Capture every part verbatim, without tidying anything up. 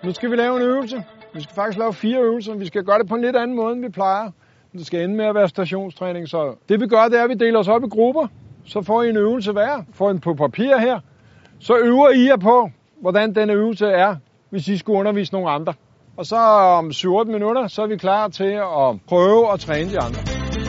Nu skal vi lave en øvelse. Vi skal faktisk lave fire øvelser. Vi skal gøre det på en lidt anden måde, end vi plejer. Det skal ende med at være stationstræning. Så det vi gør, det er, at vi deler os op i grupper. Så får I en øvelse hver. Får en på papir her. Så øver I jer på, hvordan den øvelse er, hvis I skulle undervise nogle andre. Og så om syv otte minutter, så er vi klar til at prøve at træne de andre.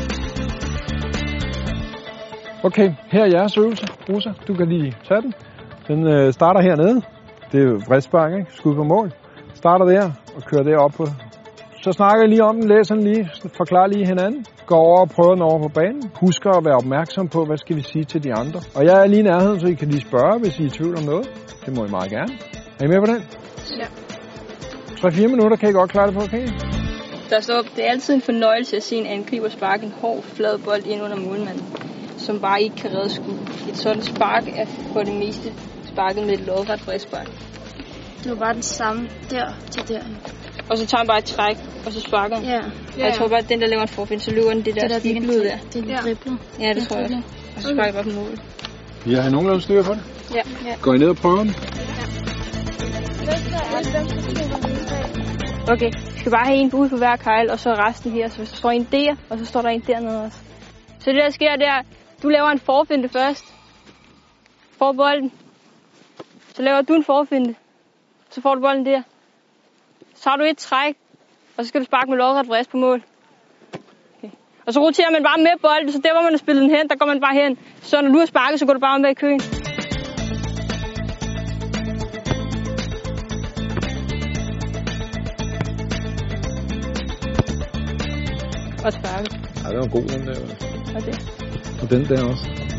Okay, her er jeres øvelse. Rosa, du kan lige tage den. Den øh, starter hernede. Det er jo vredspark, ikke? Skud på mål. Starter der og kører det op på. Så snakker I lige om den, læser den lige, forklarer lige hinanden. Går over og prøver den over på banen. Husk at være opmærksom på, hvad skal vi sige til de andre. Og jeg er lige i nærheden, så I kan lige spørge, hvis I er i tvivl om noget. Det må I meget gerne. Er I med på den? Ja. tre fire minutter kan I godt klare det på, okay? Der står, det er altid en fornøjelse at se en angriber sparke en hård, flad bold ind under målmanden, som bare ikke kan redde skud. Et sådan spark er for det meste sparket med et lodret frispark. Det var bare den samme der til der. Og så tager han bare et træk, og så sparker han. Ja. Og jeg tror bare, at den der laver en forfind, så løber den det der, det der stikblod der. Det er en dribler. Ja, det tror jeg også. Og så sparker jeg bare på målet. I har nogenlunde styr på det? Ja. ja. Går I ned og prøver den? Okay, vi skal bare have en bud på hver kejl, og så resten her. Så hvis der står en der, og så står der en dernede også. Så det der sker, der, du laver en forfinte først. Får bolden. Så laver du en forfinte. Så får du bolden der. Så har du et træk, og så skal du sparke med lodret vrist på mål. Okay. Og så roterer man bare med bolden, så der hvor man har spillet den hen, der går man bare hen. Så når du har sparket, så går du bare med i køen. Og sparket. Ja, det var god den der. Og det. Og den der også.